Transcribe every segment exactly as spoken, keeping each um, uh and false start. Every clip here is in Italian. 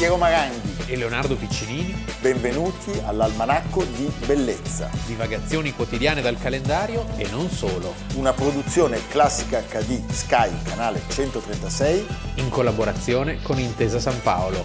Piero Maranghi e Leonardo Piccinini. Benvenuti all'Almanacco di Bellezza. Divagazioni quotidiane dal calendario e non solo. Una produzione Classica acca di Sky, canale centotrentasei. In collaborazione con Intesa San Paolo.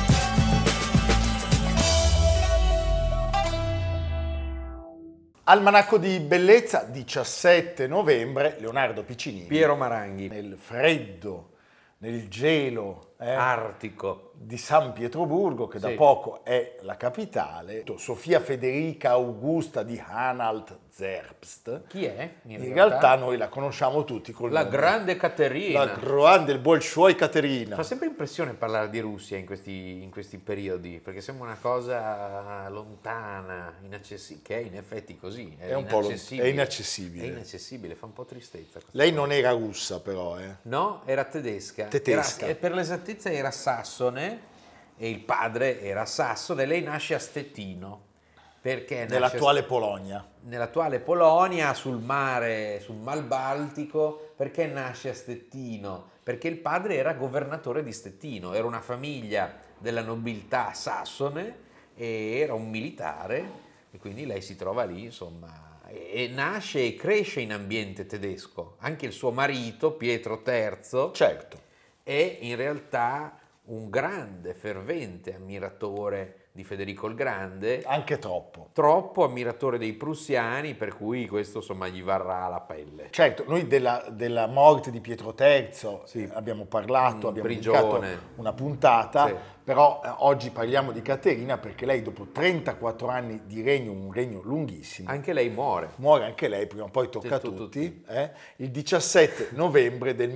Almanacco di Bellezza, diciassette novembre, Leonardo Piccinini. Piero Maranghi. Nel freddo, nel gelo eh, Artico di San Pietroburgo, che sì. da poco è la capitale. Sofia Federica Augusta di Anhalt-Zerbst. Chi è? In, In realtà? realtà noi la conosciamo tutti col La nome. grande Caterina. La grande Bolshoi Caterina. Fa sempre impressione parlare di Russia in questi, in questi periodi, perché sembra una cosa lontana, inaccessibile, che è in effetti così. È, È un po' inaccessibile. è inaccessibile. È inaccessibile, fa un po' tristezza. Lei non era russa però, eh? No, era tedesca. Tedesca. Era, per l'esattezza era sassone e il padre era sassone. Lei nasce a Stettino. Perché Nell'attuale nasce a... Polonia. Nell'attuale Polonia, sul mare, sul Mar Baltico. Perché nasce a Stettino? Perché il padre era governatore di Stettino, era una famiglia della nobiltà sassone e era un militare e quindi lei si trova lì, insomma, e, e nasce e cresce in ambiente tedesco. Anche il suo marito, Pietro terzo, Certo. è in realtà un grande, fervente ammiratore di Federico il Grande, Anche troppo. troppo ammiratore dei prussiani, per cui questo insomma gli varrà la pelle. Certo, noi della, della morte di Pietro terzo Sì. abbiamo parlato, Mm, abbiamo prigione. dedicato una puntata, Sì. però eh, oggi parliamo di Caterina perché lei dopo trentaquattro anni di regno, un regno lunghissimo, Anche lei muore. muore anche lei, prima o poi tocca a Sì, tu- tutti, eh, il diciassette novembre del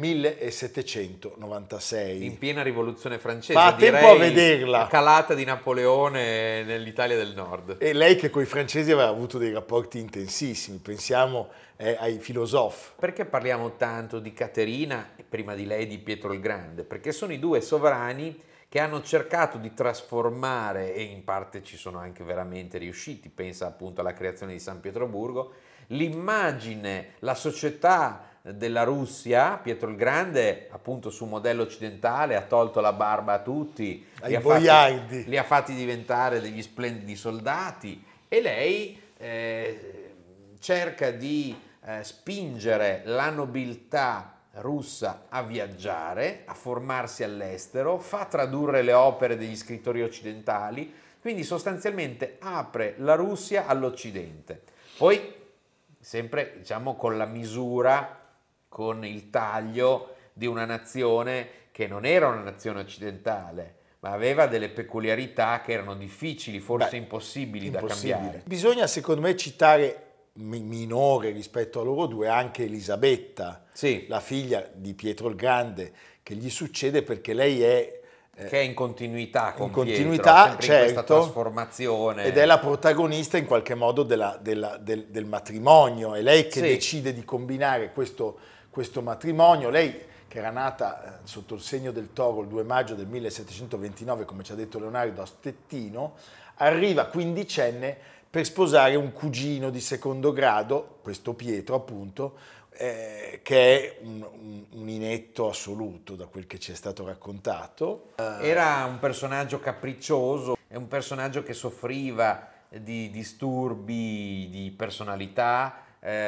millesettecentonovantasei. In piena rivoluzione francese, Fa tempo direi a vederla. calata di Napoleone nell'Italia del Nord. E lei che con i francesi aveva avuto dei rapporti intensissimi, pensiamo eh, ai filosofi. Perché parliamo tanto di Caterina e prima di lei di Pietro il Grande? Perché sono i due sovrani che hanno cercato di trasformare, e in parte ci sono anche veramente riusciti, pensa appunto alla creazione di San Pietroburgo, l'immagine, la società della Russia. Pietro il Grande, appunto su modello occidentale, ha tolto la barba a tutti, Ai li ha, boiardi. fatti, li ha fatti diventare degli splendidi soldati, e lei eh, cerca di eh, spingere la nobiltà russa a viaggiare, a formarsi all'estero, fa tradurre le opere degli scrittori occidentali, quindi sostanzialmente apre la Russia all'Occidente. Poi sempre, diciamo, con la misura, con il taglio di una nazione che non era una nazione occidentale, ma aveva delle peculiarità che erano difficili, forse Beh, impossibili, impossibile. da cambiare. Bisogna secondo me citare mi- minore rispetto a loro due anche Elisabetta, Sì. la figlia di Pietro il Grande, che gli succede perché lei è Che è in continuità con in Pietro, continuità, sempre in questa certo, trasformazione. ed è la protagonista in qualche modo della- della- del, del matrimonio. È lei che Sì. decide di combinare questo, questo matrimonio. Lei che era nata eh, sotto il segno del toro il due maggio del millesettecentoventinove, come ci ha detto Leonardo, a Stettino, arriva quindicenne per sposare un cugino di secondo grado, questo Pietro appunto, eh, che è un, un- un inetto assoluto da quel che ci è stato raccontato. Era un personaggio capriccioso, è un personaggio che soffriva di disturbi di personalità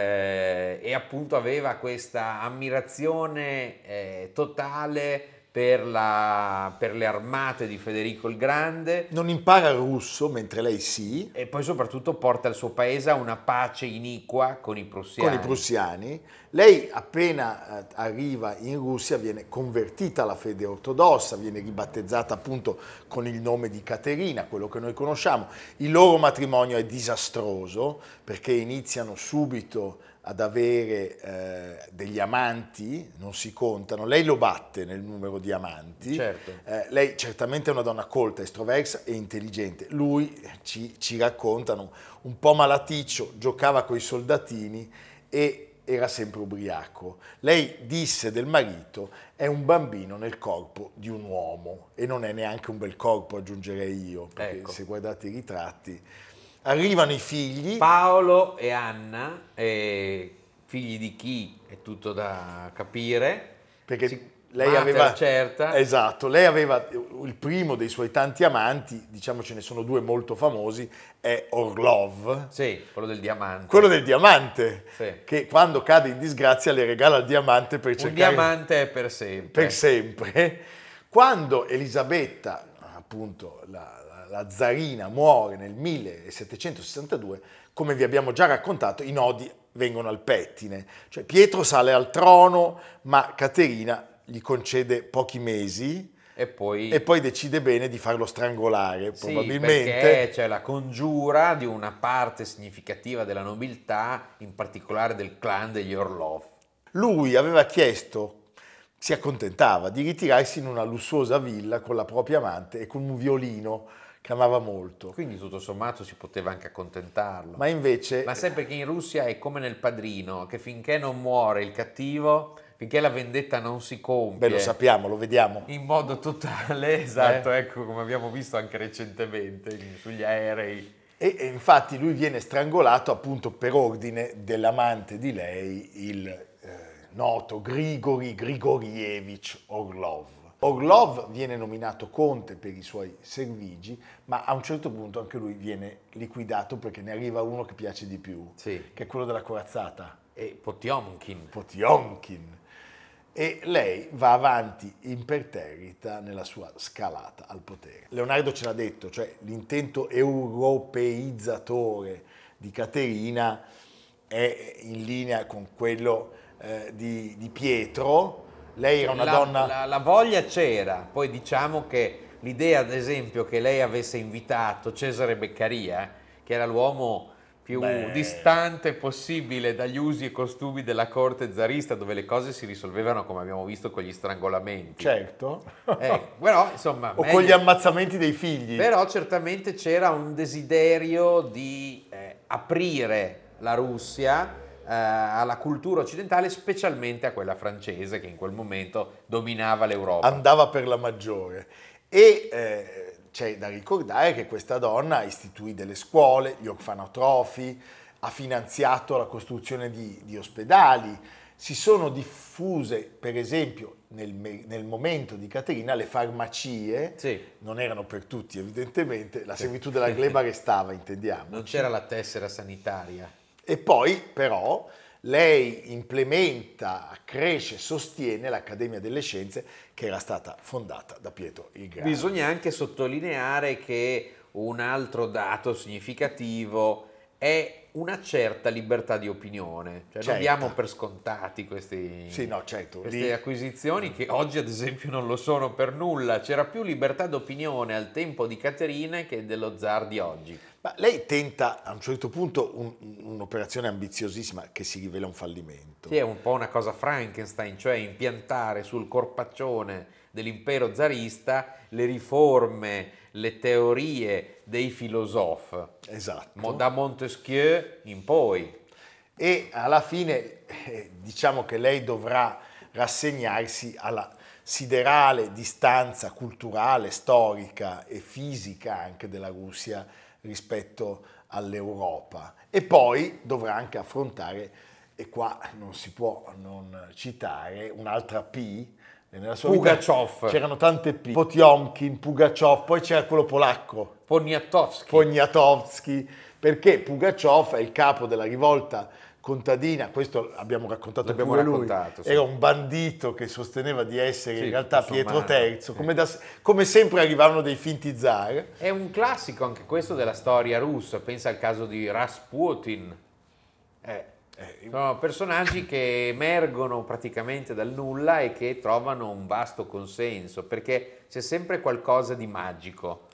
eh, e appunto aveva questa ammirazione eh, totale per, la, per le armate di Federico il Grande, Non impara il russo, mentre lei sì, e poi soprattutto porta il suo paese a una pace iniqua con i prussiani. con i prussiani. Lei appena eh, arriva in Russia viene convertita alla fede ortodossa, viene ribattezzata appunto con il nome di Caterina, quello che noi conosciamo. Il loro matrimonio è disastroso perché iniziano subito ad avere eh, degli amanti, non si contano. Lei lo batte nel numero di amanti. Certo. Eh, lei certamente è una donna colta, estroversa e intelligente. Lui, ci, ci raccontano, un po' malaticcio, giocava coi soldatini e era sempre ubriaco. Lei disse del marito: è un bambino nel corpo di un uomo, e non è neanche un bel corpo, aggiungerei io, perché Ecco. se guardate i ritratti arrivano i figli. Paolo e Anna, eh, figli di chi è tutto da capire. Perché Si- lei Mater, aveva, certa. esatto, lei aveva il primo dei suoi tanti amanti, diciamo ce ne sono due molto famosi, è Orlov, Sì, quello del diamante. quello del diamante, Sì. che quando cade in disgrazia le regala il diamante per Un cercare diamante è per sempre. per sempre. Quando Elisabetta, appunto la, la, la zarina, muore nel millesettecentosessantadue, come vi abbiamo già raccontato, i nodi vengono al pettine, cioè Pietro sale al trono, ma Caterina gli concede pochi mesi E poi, e poi decide bene di farlo strangolare, sì, probabilmente. perché c'è la congiura di una parte significativa della nobiltà, in particolare del clan degli Orlov. Lui aveva chiesto, si accontentava di ritirarsi in una lussuosa villa con la propria amante e con un violino che amava molto. Quindi tutto sommato si poteva anche accontentarlo. Ma invece, Ma sempre che in Russia è come nel Padrino, che finché non muore il cattivo, finché la vendetta non si compie, beh, lo sappiamo, lo vediamo. in modo totale, esatto, Eh? ecco come abbiamo visto anche recentemente sugli aerei. E, e infatti lui viene strangolato appunto per ordine dell'amante di lei, il eh, noto Grigori Grigorievich Orlov. Orlov viene nominato conte per i suoi servigi, ma a un certo punto anche lui viene liquidato perché ne arriva uno che piace di più, Sì. che è quello della corazzata, E Potiomkin. Potionkin. E lei va avanti imperterrita nella sua scalata al potere. Leonardo ce l'ha detto, cioè l'intento europeizzatore di Caterina è in linea con quello eh, di, di Pietro. Lei era una la, donna... la, la voglia c'era, poi diciamo che l'idea ad esempio che lei avesse invitato Cesare Beccaria, che era l'uomo più Beh. distante possibile dagli usi e costumi della corte zarista, dove le cose si risolvevano come abbiamo visto con gli strangolamenti. Certo. Eh, però insomma... o meglio- con gli ammazzamenti dei figli. Però certamente c'era un desiderio di eh, aprire la Russia eh, alla cultura occidentale, specialmente a quella francese che in quel momento dominava l'Europa. Andava per la maggiore. E eh, c'è da ricordare che questa donna istituì delle scuole, gli orfanotrofi, ha finanziato la costruzione di, di ospedali, si sono diffuse, per esempio, nel, nel momento di Caterina, le farmacie, Sì. non erano per tutti evidentemente, la servitù della gleba restava, intendiamo. Non c'era la tessera sanitaria. E poi però lei implementa, cresce, sostiene l'Accademia delle Scienze che era stata fondata da Pietro il Grande. Bisogna anche sottolineare che un altro dato significativo è una certa libertà di opinione, cioè non Certa. diamo per scontati questi, Sì, no, certo, queste lì- acquisizioni che oggi ad esempio non lo sono per nulla. C'era più libertà d'opinione al tempo di Caterina che dello zar di oggi. Ma lei tenta a un certo punto un- un'operazione ambiziosissima che si rivela un fallimento. Sì, è un po' una cosa Frankenstein, cioè impiantare sul corpaccione dell'impero zarista le riforme, le teorie dei filosofi, Esatto. mo- da Montesquieu in poi. E alla fine eh, diciamo che lei dovrà rassegnarsi alla siderale distanza culturale, storica e fisica anche della Russia rispetto all'Europa. E poi dovrà anche affrontare, e qua non si può non citare, un'altra P. Nella sua vita Pugaciov. c'erano tante P. Potiomkin, Pugaciov, poi c'era quello polacco, Poniatowski. Poniatowski, perché Pugaciov è il capo della rivolta contadina, questo abbiamo raccontato L'abbiamo pure lui, raccontato, sì. era un bandito che sosteneva di essere Sì, in realtà tutto Pietro sommato, terzo, sì. come, da- come sempre arrivavano dei finti zar. È un classico anche questo della storia russa, pensa al caso di Rasputin. Eh, sono personaggi che emergono praticamente dal nulla e che trovano un vasto consenso, perché c'è sempre qualcosa di magico,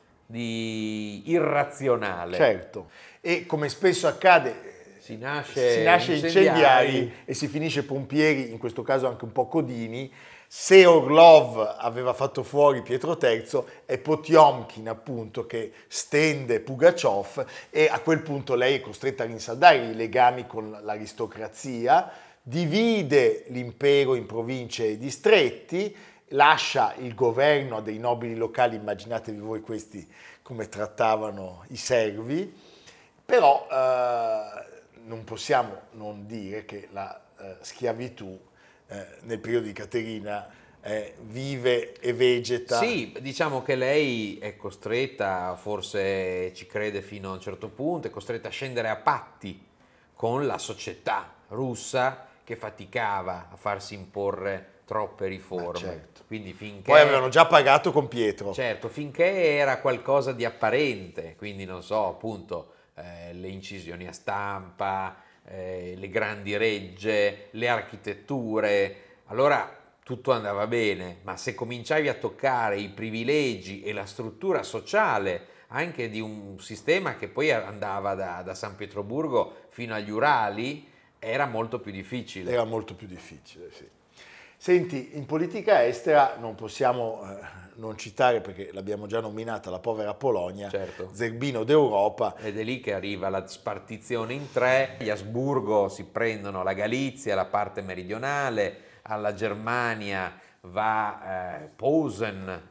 di irrazionale. Certo, e come spesso accade, Si nasce, si nasce incendiari. incendiari e si finisce pompieri, in questo caso anche un po' codini. Se Orlov aveva fatto fuori Pietro terzo, è Potiomkin appunto che stende Pugaciov e a quel punto lei è costretta a rinsaldare i legami con l'aristocrazia, divide l'impero in province e distretti, lascia il governo a dei nobili locali, immaginatevi voi questi come trattavano i servi, però eh, non possiamo non dire che la eh, schiavitù eh, nel periodo di Caterina eh, vive e vegeta. Sì, diciamo che lei è costretta, forse ci crede fino a un certo punto, è costretta a scendere a patti con la società russa che faticava a farsi imporre troppe riforme. certo. Quindi finché... Poi avevano già pagato con Pietro. Certo, finché era qualcosa di apparente, quindi non so, appunto, eh, le incisioni a stampa, eh, le grandi regge, le architetture, allora tutto andava bene, ma se cominciavi a toccare i privilegi e la struttura sociale anche di un sistema che poi andava da, da San Pietroburgo fino agli Urali, era molto più difficile. Era molto più difficile, sì. Senti, in politica estera non possiamo eh, non citare, perché l'abbiamo già nominata, la povera Polonia, Certo. zerbino d'Europa. Ed è lì che arriva la spartizione in tre, gli Asburgo si prendono la Galizia, la parte meridionale, alla Germania va eh, Posen,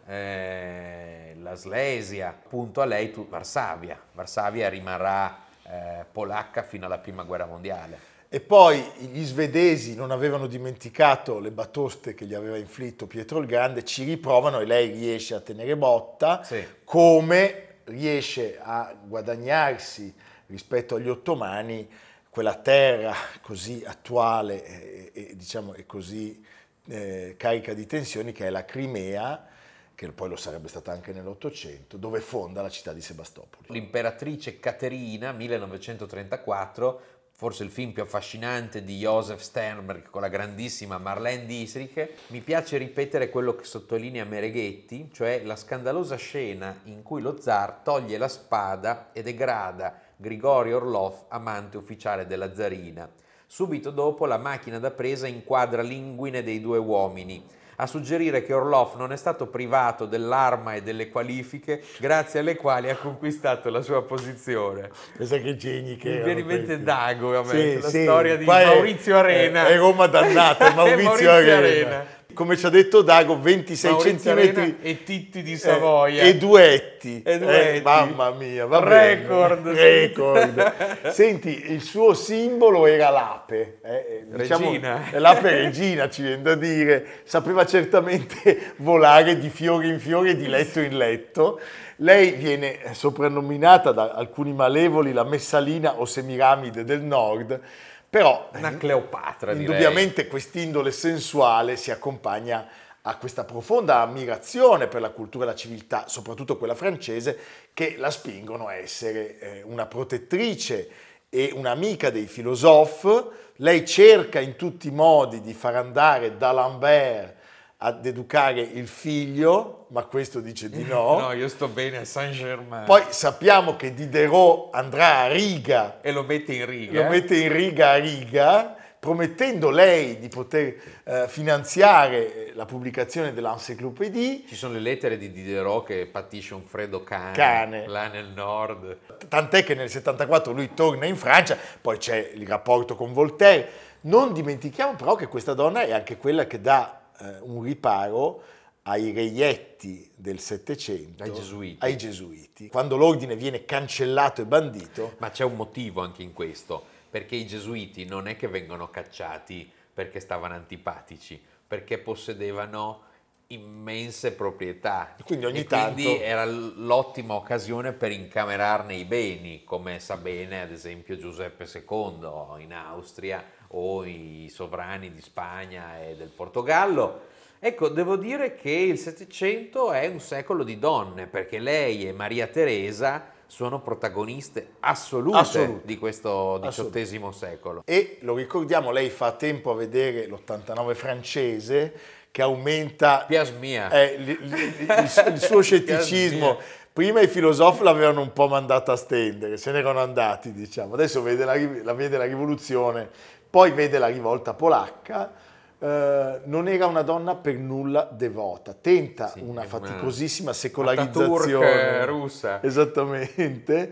eh, la Slesia, appunto a lei tu, Varsavia. Varsavia rimarrà eh, polacca fino alla prima guerra mondiale. E poi gli svedesi non avevano dimenticato le batoste che gli aveva inflitto Pietro il Grande, ci riprovano e lei riesce a tenere botta, Sì. come riesce a guadagnarsi rispetto agli ottomani quella terra così attuale e, e, diciamo, e così eh, carica di tensioni che è la Crimea, che poi lo sarebbe stata anche nell'Ottocento, dove fonda la città di Sebastopoli. L'imperatrice Caterina, millenovecentotrentaquattro, forse il film più affascinante di Josef Sternberg con la grandissima Marlene Dietrich. Mi piace ripetere quello che sottolinea Mereghetti, cioè la scandalosa scena in cui lo zar toglie la spada e degrada Grigori Orlov, amante ufficiale della zarina. Subito dopo la macchina da presa inquadra l'inguine dei due uomini, a suggerire che Orlov non è stato privato dell'arma e delle qualifiche grazie alle quali ha conquistato la sua posizione. Pensa che geni che Mi viene in mente Dago, a me, Sì, la sì. storia di Qua è- Maurizio Arena. È, è Roma dannata, Maurizio, Maurizio Arena. Arena. Come ci ha detto Dago, ventisei Maurizio centimetri Arena e Titti di Savoia. eh, e duetti. E duetti. Eh, mamma mia, va Record. bene. Record. Senti, il suo simbolo era l'ape. eh, diciamo, Regina. L'ape regina, ci viene da dire. Sapeva certamente volare di fiore in fiore, di letto in letto. Lei viene soprannominata da alcuni malevoli la Messalina o Semiramide del Nord, però Una Cleopatra, direi. indubbiamente quest'indole sensuale si accompagna a questa profonda ammirazione per la cultura e la civiltà, soprattutto quella francese, che la spingono a essere eh, una protettrice e un'amica dei filosofi. Lei cerca in tutti i modi di far andare d'Alembert ad educare il figlio, ma questo dice di no. No, io sto bene a Saint-Germain. Poi sappiamo che Diderot andrà a Riga, E lo mette in riga. lo mette in riga a riga, promettendo lei di poter eh, finanziare la pubblicazione dell'Encyclopédie. Ci sono le lettere di Diderot che patisce un freddo cane, Cane. là nel nord. Tant'è che nel settantaquattro lui torna in Francia, poi c'è il rapporto con Voltaire. Non dimentichiamo però che questa donna è anche quella che dà eh, un riparo ai reietti del Settecento, Ai gesuiti. ai gesuiti. Quando l'ordine viene cancellato e bandito, Ma c'è un motivo anche in questo, perché i gesuiti non è che vengono cacciati perché stavano antipatici, perché possedevano immense proprietà. Quindi ogni e quindi tanto- era l'ottima occasione per incamerarne i beni, come sa bene ad esempio Giuseppe secondo in Austria o i sovrani di Spagna e del Portogallo. Ecco, devo dire che il Settecento è un secolo di donne, perché lei e Maria Teresa sono protagoniste assolute, Assolute. di questo diciottesimo secolo. e lo ricordiamo, lei fa tempo a vedere l'ottantanove francese che aumenta Piasmia. eh, il, il- il- il suo scetticismo. Piasmia. Prima i filosofi l'avevano un po' mandata a stendere, se ne erano andati, diciamo. Adesso vede la, ri- la vede la rivoluzione, poi vede la rivolta polacca. Eh, non era una donna per nulla devota, tenta Sì, una è una faticosissima Ataturk secolarizzazione russa. esattamente,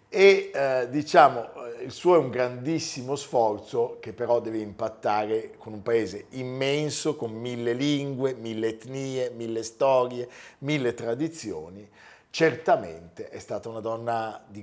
e eh, diciamo eh, il suo è un grandissimo sforzo che però deve impattare con un paese immenso, con mille lingue, mille etnie, mille storie, mille tradizioni. Certamente è stata una donna di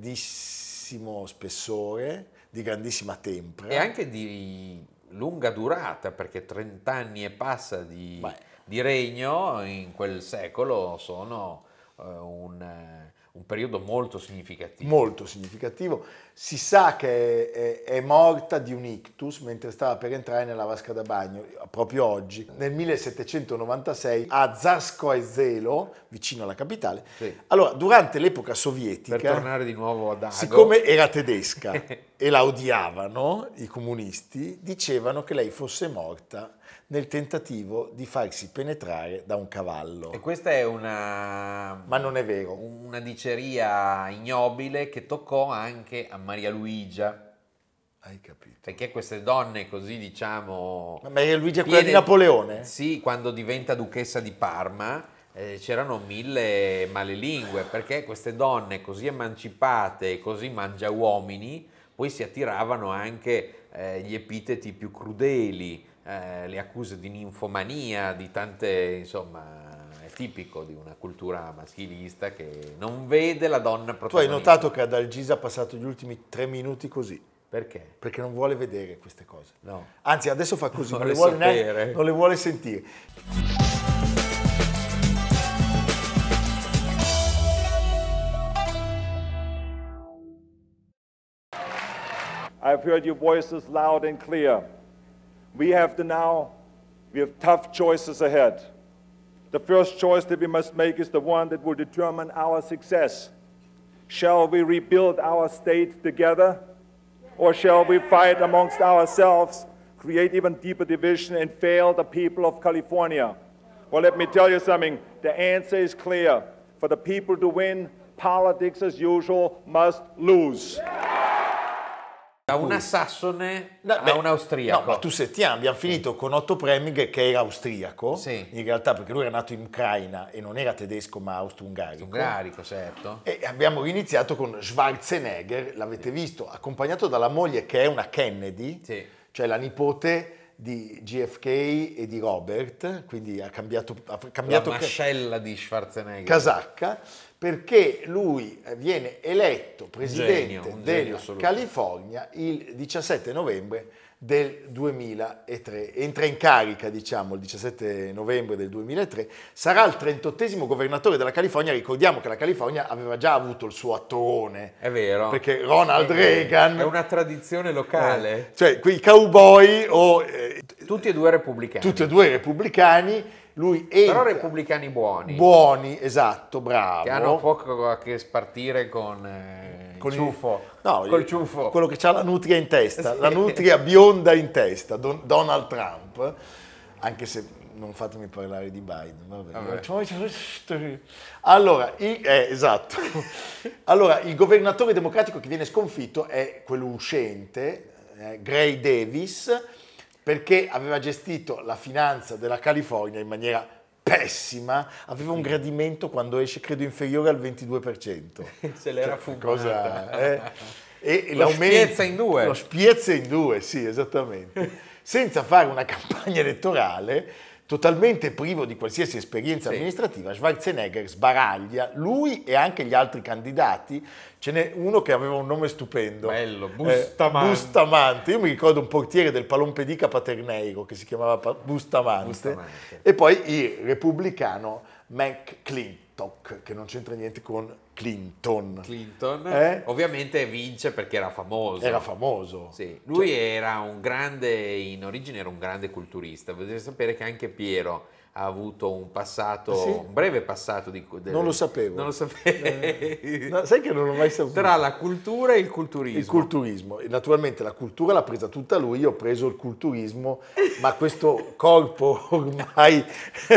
grandissimo spessore, di grandissima tempra. E anche di lunga durata, perché trenta anni e passa di Beh. di regno in quel secolo sono eh, un, eh, un periodo molto significativo. Molto significativo. Si sa che è, è morta di un ictus mentre stava per entrare nella vasca da bagno, proprio oggi, nel millesettecentonovantasei a Zarskoe Selo, vicino alla capitale. Sì. Allora, durante l'epoca sovietica, Per tornare di nuovo a Dago, siccome era tedesca e la odiavano i comunisti, dicevano che lei fosse morta nel tentativo di farsi penetrare da un cavallo. e questa è una, Ma non è vero. una diceria ignobile che toccò anche a Maria Luigia, Hai capito. perché queste donne così, diciamo... Ma Maria Luigia è quella piene- di Napoleone? Sì, quando diventa duchessa di Parma eh, c'erano mille malelingue, perché queste donne così emancipate e così mangiauomini poi si attiravano anche eh, gli epiteti più crudeli, eh, le accuse di ninfomania, di tante, insomma, è tipico di una cultura maschilista che non vede la donna Tu hai protagonista. notato che Adalgisa ha passato gli ultimi tre minuti così, Perché? perché non vuole vedere queste cose. No. Anzi, adesso fa così, non, Vuole le vuole neanche- sapere. non le vuole sentire. I've heard your voices loud and clear. We have to now, we have tough choices ahead. The first choice that we must make is the one that will determine our success. Shall we rebuild our state together? Or shall we fight amongst ourselves, create even deeper division, and fail the people of California? Well, let me tell you something. The answer is clear. For the people to win, politics as usual must lose. Da una sassone No, a beh, un austriaco. No, ma tu sentiamo, abbiamo finito con Otto Preminger che era austriaco, Sì. in realtà perché lui era nato in Ucraina e non era tedesco ma austro-ungarico. Ungarico, certo. E abbiamo iniziato con Schwarzenegger, l'avete visto, accompagnato dalla moglie che è una Kennedy, Sì. cioè la nipote di J F K e di Robert, quindi ha cambiato, ha La cambiato ca- mascella di Schwarzenegger. casacca, perché lui viene eletto presidente genio, un genio della assoluto. California il diciassette novembre del duemilatré. Entra in carica, diciamo, il diciassette novembre del duemilatré, sarà il trentottesimo governatore della California. Ricordiamo che la California aveva già avuto il suo attorone, È vero. perché Ronald È- Reagan, È una tradizione locale. eh, cioè quei cowboy o eh, Tutti e due repubblicani. tutti e due repubblicani, lui Però entra, repubblicani buoni. buoni, esatto, bravo. Che hanno poco a che spartire con, eh, Con il il- ciuffo. No, Col il- ciuffo. quello che ha la nutria in testa, Sì. la nutria bionda in testa, Don- Donald Trump, anche se non fatemi parlare di Biden. Vabbè. Vabbè. Allora, il, eh, esatto. Allora, il governatore democratico che viene sconfitto è quello uscente, eh, Gray Davis, perché aveva gestito la finanza della California in maniera pessima, aveva un gradimento quando esce credo inferiore al ventidue per cento. Se l'era Cioè, fumata. cosa, eh? E Lo l'aumento- spiezza in due. Lo spiezza in due, sì, esattamente. Senza fare una campagna elettorale, totalmente privo di qualsiasi esperienza Sì. amministrativa, Schwarzenegger sbaraglia lui e anche gli altri candidati. Ce n'è uno che aveva un nome stupendo. Bello, Eh, Bustamante. Bustamante. Io mi ricordo un portiere del Palompedica Paterneiro che si chiamava Pa- Bustamante. Bustamante. E poi il repubblicano McClintock, che non c'entra niente con Clinton. Clinton Eh? ovviamente vince perché era famoso. Era famoso. Sì, lui era un grande, in origine era un grande culturista. Dovete sapere che anche Piero ha avuto un passato, Ah, sì? un breve passato di... del- Non lo sapevo. Non lo sapevi? Eh, no, sai che non l'ho mai saputo. Tra la cultura e il culturismo. Il culturismo, e naturalmente la cultura l'ha presa tutta lui, io ho preso il culturismo, ma questo corpo ormai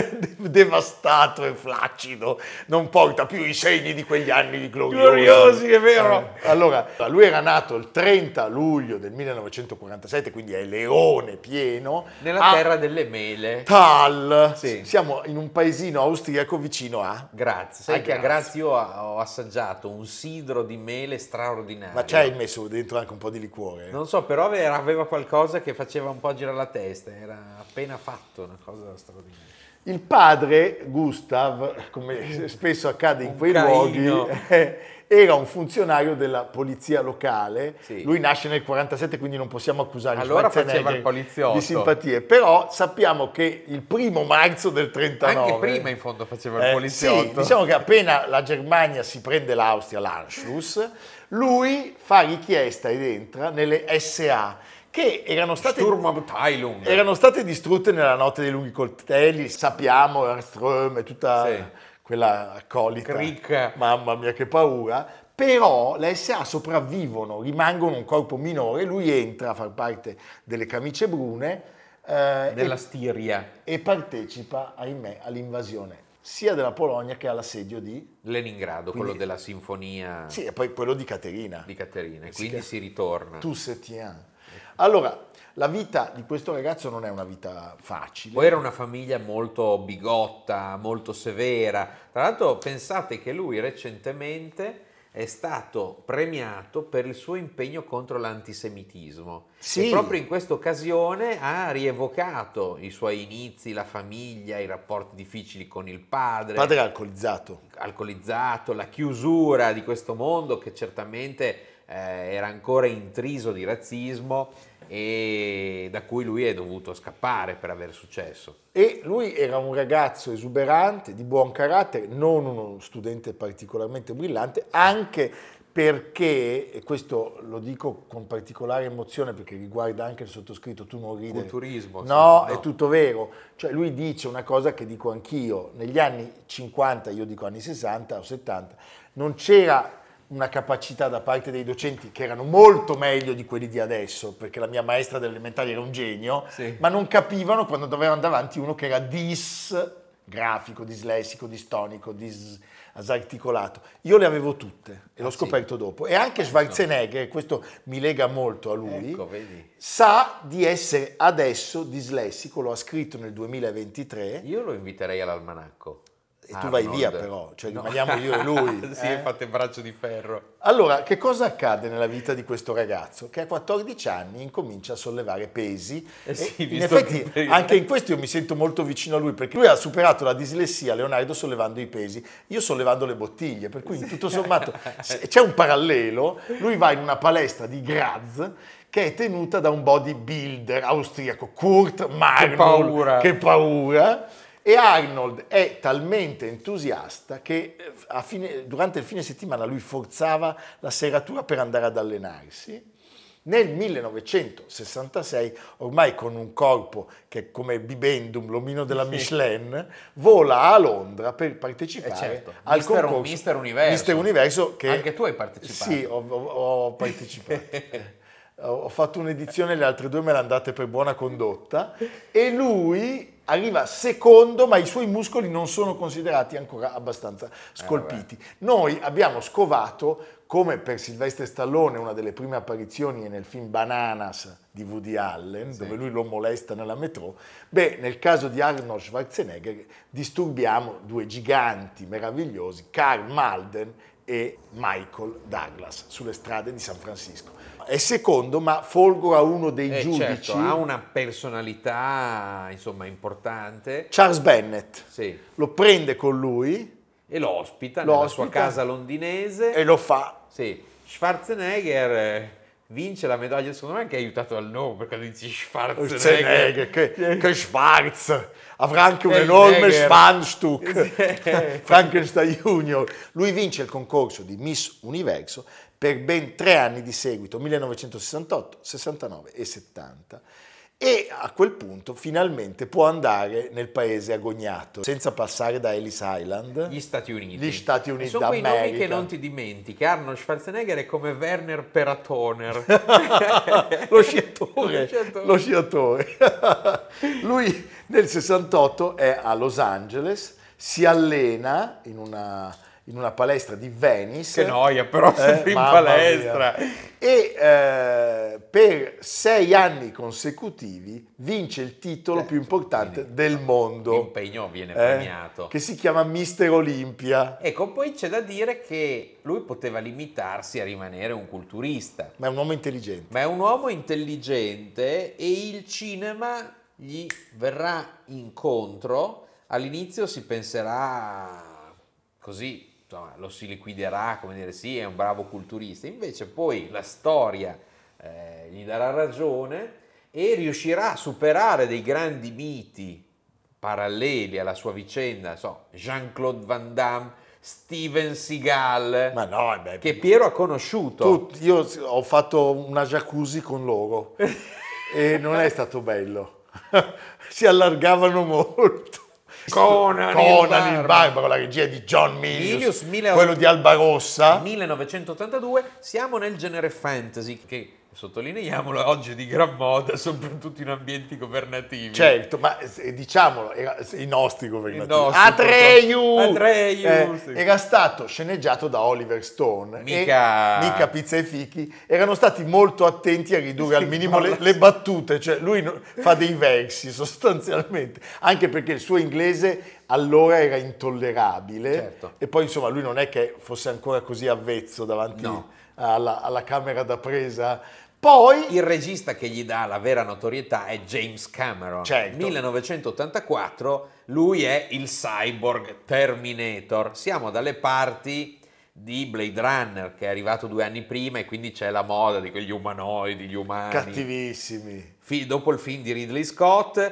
devastato e flaccido non porta più i segni di quegli anni gloriosi. Gloriosi, è vero. Eh, allora, lui era nato il trenta luglio del millenovecentoquarantasette, quindi è leone pieno. Nella a terra delle mele. Thal. Sì. Siamo in un paesino austriaco vicino a... Grazie. Sai Ah, che a grazie. Grazia io ho assaggiato un sidro di mele straordinario. Ma ci hai messo dentro anche un po' di liquore? Non so, però aveva aveva qualcosa che faceva un po' girare la testa, era appena fatto, una cosa straordinaria. Il padre, Gustav, come spesso accade in Un quei Caino. luoghi, eh, era un funzionario della polizia locale. Sì. Lui nasce nel quarantasette, quindi non possiamo accusare Allora Schwarzenegger faceva il poliziotto. di simpatie. Però sappiamo che il primo marzo del trentanove... Anche prima in fondo faceva il Eh, poliziotto. sì, diciamo che appena la Germania si prende l'Austria, l'Anschluss, lui fa richiesta ed entra nelle S A, che erano state, Sturmabteilung. erano state distrutte nella notte dei lunghi coltelli. Sappiamo, Ernström e tutta Sì. quella accolita. Cric. Mamma mia, che paura. Però le S A sopravvivono, rimangono un corpo minore, lui entra a far parte delle camicie brune eh, Della e, Stiria. e partecipa, ahimè, all'invasione sia della Polonia che all'assedio di... Leningrado, Quindi- quello della sinfonia Sì, e poi quello di Caterina. di Caterina. E Sì, quindi che- si ritorna. Tu se tiens. Allora, la vita di questo ragazzo non è una vita facile. Poi era una famiglia molto bigotta, molto severa. Tra l'altro pensate che lui recentemente è stato premiato per il suo impegno contro l'antisemitismo. Sì. E proprio in questa occasione ha rievocato i suoi inizi, la famiglia, i rapporti difficili con il padre, Il padre era alcolizzato. alcolizzato, la chiusura di questo mondo che certamente eh, era ancora intriso di razzismo e da cui lui è dovuto scappare per avere successo. E lui era un ragazzo esuberante, di buon carattere, non uno studente particolarmente brillante, anche perché, e questo lo dico con particolare emozione perché riguarda anche il sottoscritto, tu non ridere. Culturismo, sì. No, No. è tutto vero. Cioè lui dice una cosa che dico anch'io, negli anni cinquanta, io dico anni sessanta o settanta, non c'era una capacità da parte dei docenti che erano molto meglio di quelli di adesso, perché la mia maestra delle elementari era un genio, Sì. ma non capivano quando doveva andare avanti uno che era disgrafico, dislessico, distonico, disarticolato. Io le avevo tutte e l'ho Ah, sì? scoperto dopo. E anche Schwarzenegger, e questo mi lega molto a lui, Ecco, vedi. sa di essere adesso dislessico, lo ha scritto nel duemilaventitré. Io lo inviterei all'almanacco. E tu vai Arnold. via però, cioè No. rimaniamo io e lui. Sì, eh? fate braccio di ferro. Allora, che cosa accade nella vita di questo ragazzo? Che a quattordici anni incomincia a sollevare pesi. Eh sì, e in visto effetti che per- anche in questo io mi sento molto vicino a lui, perché lui ha superato la dislessia, Leonardo, sollevando i pesi, io sollevando le bottiglie, per cui tutto sommato se- c'è un parallelo. Lui va in una palestra di Graz che è tenuta da un bodybuilder austriaco, Kurt Magnol. paura. Che paura! E Arnold è talmente entusiasta che eh, a fine- durante il fine settimana lui forzava la serratura per andare ad allenarsi. Nel millenovecentosessantasei, ormai con un corpo che è come Bibendum, l'omino della Michelin, vola a Londra per partecipare Eh certo, al Mister- concorso Mister Universo. Mister Universo che Anche tu hai partecipato. Sì, ho, ho- ho partecipato. Ho ho fatto un'edizione, le altre due me le andate per buona condotta, e lui arriva secondo, ma i suoi muscoli non sono considerati ancora abbastanza scolpiti. Noi abbiamo scovato, come per Sylvester Stallone, una delle prime apparizioni è nel film Bananas di Woody Allen, dove lui lo molesta nella metro. Beh, nel caso di Arnold Schwarzenegger disturbiamo due giganti meravigliosi, Karl Malden e Michael Douglas, sulle strade di San Francisco. È secondo, ma folgora uno dei Eh, giudici, certo, ha una personalità insomma importante. Charles Bennett. Sì. Lo prende con lui E lo ospita Lo nella ospita. sua casa londinese. e lo fa. Sì. Schwarzenegger eh, vince la medaglia, secondo me anche aiutato dal nome, perché quando dici Schwarzenegger, Schwarzenegger, che, che Schwarz, avrà anche un Che enorme Neger. Schwanzstück, Frankenstein Junior. Lui vince il concorso di Miss Universo per ben tre anni di seguito, millenovecentosessantotto, sessantanove e settanta. E a quel punto finalmente può andare nel paese agognato, senza passare da Ellis Island. gli Stati Uniti. Gli Stati Uniti E sono quei nomi d'America. che non ti dimentichi. Arnold Schwarzenegger è come Werner Peratoner. lo sciatore, Lo sciatore. lo sciatore. Lui nel sessantotto è a Los Angeles, si allena in una, in una palestra di Venice. Che noia, però, sempre in mamma palestra. mia. E eh, per sei anni consecutivi vince il titolo Eh, più importante quindi, del mondo. L'impegno viene eh, premiato. che si chiama Mister Olympia. Ecco, poi c'è da dire che lui poteva limitarsi a rimanere un culturista, Ma è un uomo intelligente. ma è un uomo intelligente e il cinema gli verrà incontro all'inizio si penserà così, insomma, lo si liquiderà, come dire, sì, è un bravo culturista, invece poi la storia eh, gli darà ragione e riuscirà a superare dei grandi miti paralleli alla sua vicenda, so, Jean-Claude Van Damme, Steven Seagal, Ma no, beh, che Piero ha conosciuto. tu- io ho fatto una jacuzzi con loro e non è stato bello. Si allargavano molto. Conan, Conan il il Barbaro. Barbaro, la regia di John Milius, Milius, mille- quello di Albarossa. millenovecentottantadue, siamo nel genere fantasy, che sottolineiamolo oggi è di gran moda, soprattutto in ambienti governativi. Certo, ma eh, diciamolo, era, i nostri governativi. I nostri, Atreyu! Atreyu, Eh, sì. Era stato sceneggiato da Oliver Stone. Mica- E mica Pizza e Fichi. Erano stati molto attenti a ridurre al minimo le, le battute, cioè lui no- fa dei versi sostanzialmente, anche perché il suo inglese allora era intollerabile. Certo. E poi insomma lui non è che fosse ancora così avvezzo davanti No. alla, alla camera da presa. Poi Il regista che gli dà la vera notorietà è James Cameron. Certo. millenovecentottantaquattro, lui è il cyborg Terminator. Siamo dalle parti di Blade Runner, che è arrivato due anni prima, e quindi c'è la moda di quegli umanoidi, gli umani. cattivissimi. Fi- dopo il film di Ridley Scott,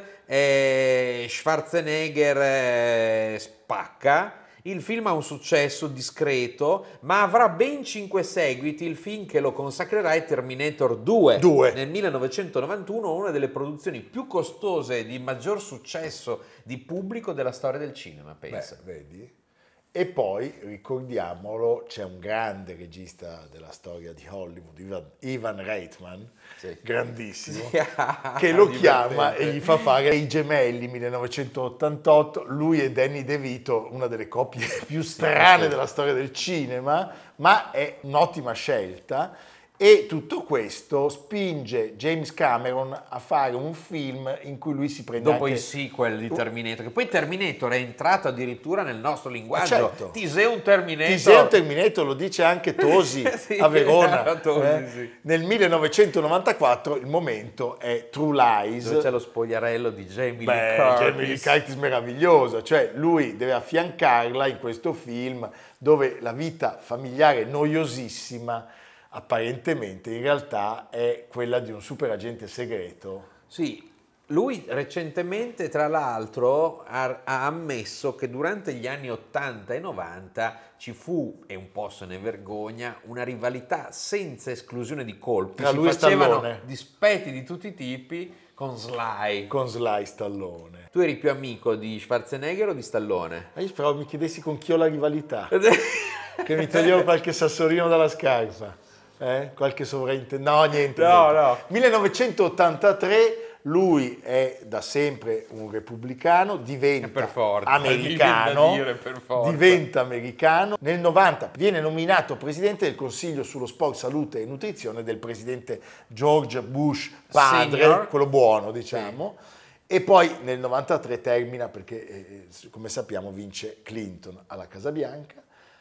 eh, Schwarzenegger eh, spacca. Il film ha un successo discreto, ma avrà ben cinque seguiti. Il film che lo consacrerà è Terminator due, Due. nel millenovecentonovantuno, una delle produzioni più costose e di maggior successo di pubblico della storia del cinema, pensa. Beh, vedi? E poi, ricordiamolo, c'è un grande regista della storia di Hollywood, Ivan, Ivan Reitman, Sì. grandissimo, Sì, che lo divertente. chiama e gli fa fare I Gemelli millenovecentottantotto, lui e Danny DeVito, una delle coppie più strane sì. della storia del cinema, ma è un'ottima scelta. E tutto questo spinge James Cameron a fare un film in cui lui si prende Dopo anche... i sequel di Terminator, che poi Terminator è entrato addirittura nel nostro linguaggio. certo. Ti sei un Terminator. Ti sei un Terminator, lo dice anche Tosi Sì, a Verona. a Tosi, eh. sì. Nel millenovecentonovantaquattro il momento è True Lies. Dove c'è lo spogliarello di Jamie Lee Beh, Curtis. Jamie Lee Curtis meravigliosa, cioè lui deve affiancarla in questo film dove la vita familiare noiosissima apparentemente in realtà è quella di un super agente segreto. Sì, lui recentemente tra l'altro ha, ha ammesso che durante gli anni ottanta e novanta ci fu, e un po' se ne vergogna, una rivalità senza esclusione di colpi. Tra si lui e facevano Stallone. dispetti di tutti i tipi con Sly. Con Sly Stallone. Tu eri più amico di Schwarzenegger o di Stallone? Ma io speravo mi chiedessi con chi ho la rivalità, che mi toglievo qualche sassolino dalla scarpa. Eh? Qualche sovraintendente? No, niente. No, niente. no. millenovecentottantatré, lui è da sempre un repubblicano, diventa Per forza, americano, mi viene da dire, per forza. diventa americano. Nel novanta viene nominato presidente del Consiglio sullo sport, salute e nutrizione del presidente George Bush padre, Senior. quello buono diciamo. E poi nel novantatré termina perché, eh, come sappiamo, vince Clinton alla Casa Bianca,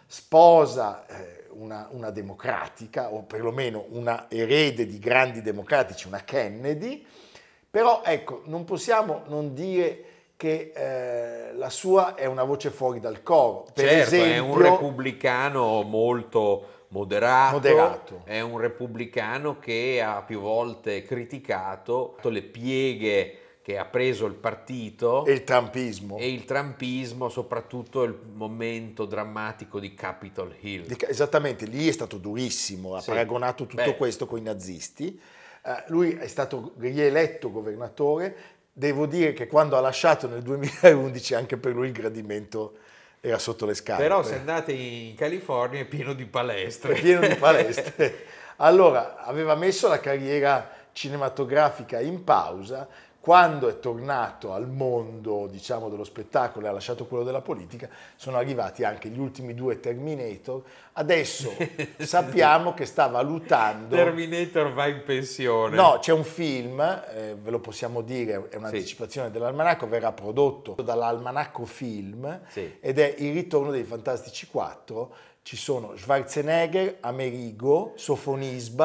sposa eh, una, una democratica, o perlomeno una erede di grandi democratici, una Kennedy, però ecco, non possiamo non dire che eh, la sua è una voce fuori dal coro. Per certo, esempio, è un repubblicano molto moderato, Moderato. è un repubblicano che ha più volte criticato le pieghe che ha preso il partito e il trumpismo. e il trumpismo, soprattutto il momento drammatico di Capitol Hill. Di- Esattamente, lì è stato durissimo, ha Sì. paragonato tutto Beh. questo con i nazisti. Eh, lui è stato rieletto governatore, devo dire che quando ha lasciato nel duemilaundici anche per lui il gradimento era sotto le scarpe. Però se andate in California è pieno di palestre. È pieno di palestre. Allora, aveva messo la carriera cinematografica in pausa. Quando è tornato al mondo, diciamo, dello spettacolo e ha lasciato quello della politica, sono arrivati anche gli ultimi due Terminator. Adesso sappiamo che sta valutando... Terminator va in pensione. No, c'è un film, eh, ve lo possiamo dire, è un'anticipazione dell'almanacco, verrà prodotto dall'Almanacco Film Sì. ed è Il ritorno dei Fantastici quattro. Ci sono Schwarzenegger, Amerigo, Sofonisba,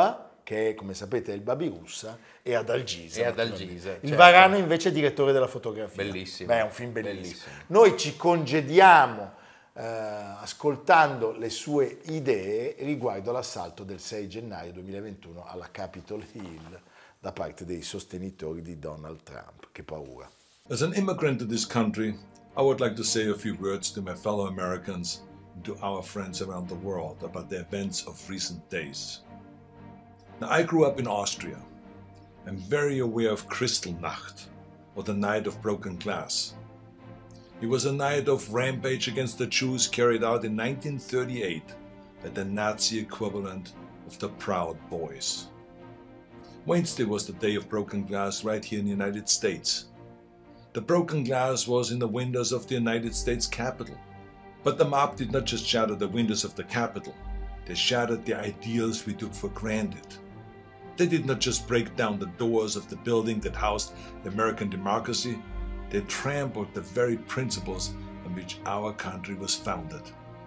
che come sapete è il Babirussa, e ad Algisa. E ad Algisa, Il certo. Varano invece è direttore della fotografia. Bellissimo. Beh, è un film bellissimo. Bellissimo. Noi ci congediamo eh, ascoltando le sue idee riguardo all'assalto del sei gennaio duemilaventuno alla Capitol Hill da parte dei sostenitori di Donald Trump. Che paura. As an immigrant to this country, I would like to say a few words to my fellow Americans and to our friends around the world about the events of recent days. Now, I grew up in Austria. I'm very aware of Kristallnacht, or the Night of Broken Glass. It was a night of rampage against the Jews carried out in nineteen thirty-eight by the Nazi equivalent of the Proud Boys. Wednesday was the day of broken glass right here in the United States. The broken glass was in the windows of the United States Capitol. But the mob did not just shatter the windows of the Capitol, they shattered the ideals we took for granted. They did not just break down the doors of the building that housed the American democracy, they trampled the very principles on which our country was founded.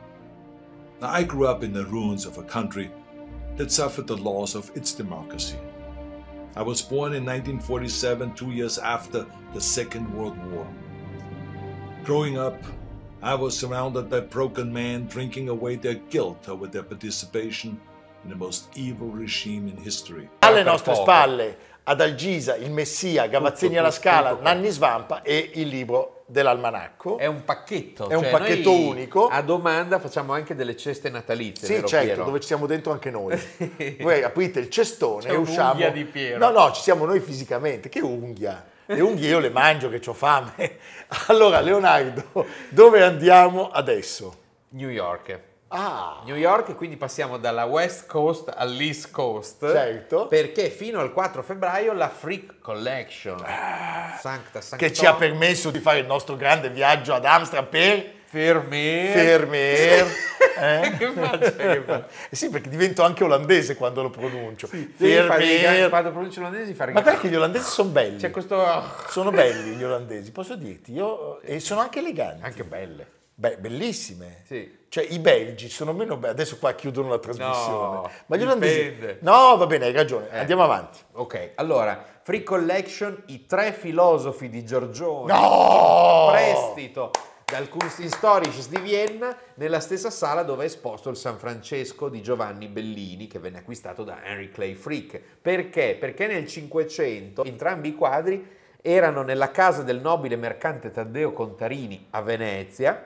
Now, I grew up in the ruins of a country that suffered the loss of its democracy. I was born in nineteen forty-seven, two years after the Second World War. Growing up, I was surrounded by broken men drinking away their guilt over their participation in the most evil regime in history. Alle Per nostre poco. spalle, ad Algisa, il Messia, Gavazzini Tutto, alla tutto, Scala, tutto. Nanni Svampa e il libro dell'almanacco. È un pacchetto. È un cioè pacchetto noi unico. A domanda facciamo anche delle ceste natalizie, Sì, vero, certo, Piero? dove ci siamo dentro anche noi. Voi aprite il cestone C'è e usciamo. un'unghia di Piero. No, no, ci siamo noi fisicamente. Che unghia? Le unghie io le mangio che ho fame. Allora, Leonardo, dove andiamo adesso? New York. Ah, New York, e quindi passiamo dalla West Coast all'East Coast. Certo. Perché fino al quattro febbraio la Freak Collection, Sancta Sanctorum, che ci ha permesso di fare il nostro grande viaggio ad Amsterdam per Fermer. Fermer. Eh? Che faccia, che faccia. Eh sì, perché divento anche olandese quando lo pronuncio. Devi fare dei- Fermer. quando pronunci olandesi fare Ma perché gli olandesi sono belli? c'è questo Sono belli gli olandesi, posso dirti. Io, e sono anche eleganti. anche belle. Beh, bellissime. Sì. Cioè, i belgi sono meno belli. Adesso qua chiudono la trasmissione. No, Ma gli olandesi... dipende. No, va bene, hai ragione. Andiamo avanti. Ok, allora, Free Collection, i tre filosofi di Giorgione. No! Prestito dal Kunsthistorisches di Vienna, nella stessa sala dove è esposto il San Francesco di Giovanni Bellini, che venne acquistato da Henry Clay Frick. Perché? Perché nel Cinquecento entrambi i quadri erano nella casa del nobile mercante Taddeo Contarini a Venezia,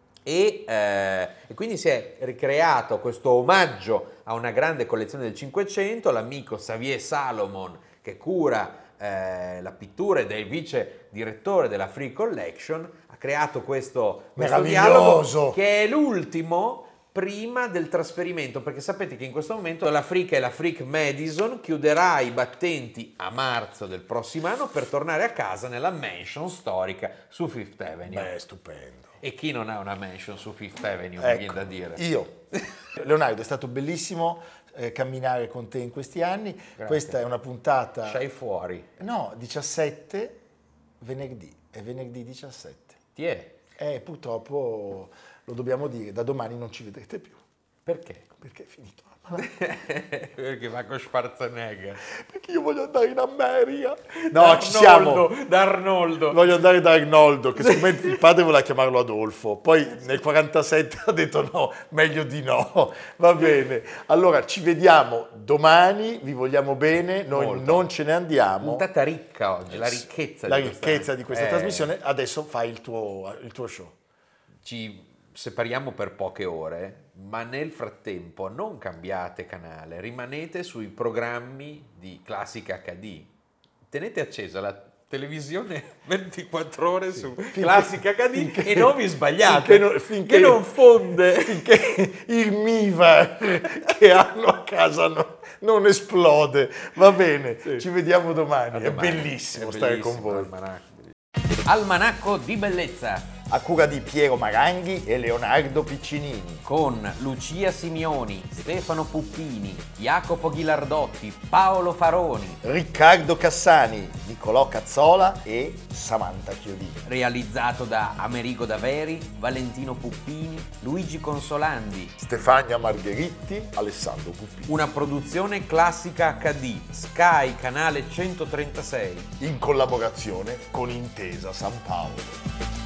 e, eh, e quindi si è ricreato questo omaggio a una grande collezione del Cinquecento. L'amico Xavier Salomon, che cura eh, la pittura ed è il vice direttore della Free Collection, ha creato questo, questo Meraviglioso! dialogo, che è l'ultimo prima del trasferimento, perché sapete che in questo momento la Freak e la Freak Madison chiuderà i battenti a marzo del prossimo anno per tornare a casa nella mansion storica su Fifth Avenue. Beh, stupendo. E chi non ha una mansion su Fifth Avenue, mi Ecco, viene da dire. io. Leonardo, è stato bellissimo eh, camminare con te in questi anni. Questa è una puntata... Sei fuori. No, diciassette, venerdì. È venerdì diciassette. Ti è? Eh, purtroppo lo dobbiamo dire, da domani non ci vedrete più. Perché? Perché è finito. Perché va con Schwarzenegger. Perché io voglio andare in America. No, ci siamo. Da Arnoldo. Voglio andare da Arnoldo, che secondo me il padre voleva chiamarlo Adolfo. Poi nel quarantasette ha detto no, meglio di no. Va bene. Allora, ci vediamo domani, vi vogliamo bene, noi Molto. non ce ne andiamo. Puntata ricca oggi, la ricchezza La di questa, ricchezza di questa eh, trasmissione. Adesso fai il tuo, il tuo show. Ci separiamo per poche ore, ma nel frattempo non cambiate canale, rimanete sui programmi di Classica acca di. Tenete accesa la televisione ventiquattro ore su Classica acca di finché- e non vi sbagliate, finché non- finché- che non fonde. Finché il MIVA che hanno a casa no- non esplode. Va bene, ci vediamo domani. A È domani. bellissimo È stare bellissimo con voi. l'almanacco. Almanacco di bellezza. a cura di Piero Maranghi e Leonardo Piccinini. Con Lucia Simioni, Stefano Puppini, Jacopo Ghilardotti, Paolo Faroni. Riccardo Cassani, Nicolò Cazzola e Samantha Chiodini. Realizzato da Amerigo Daveri, Valentino Puppini, Luigi Consolandi. Stefania Margheritti, Alessandro Puppini. Una produzione Classica acca di, Sky, canale centotrentasei. In collaborazione con Intesa San Paolo.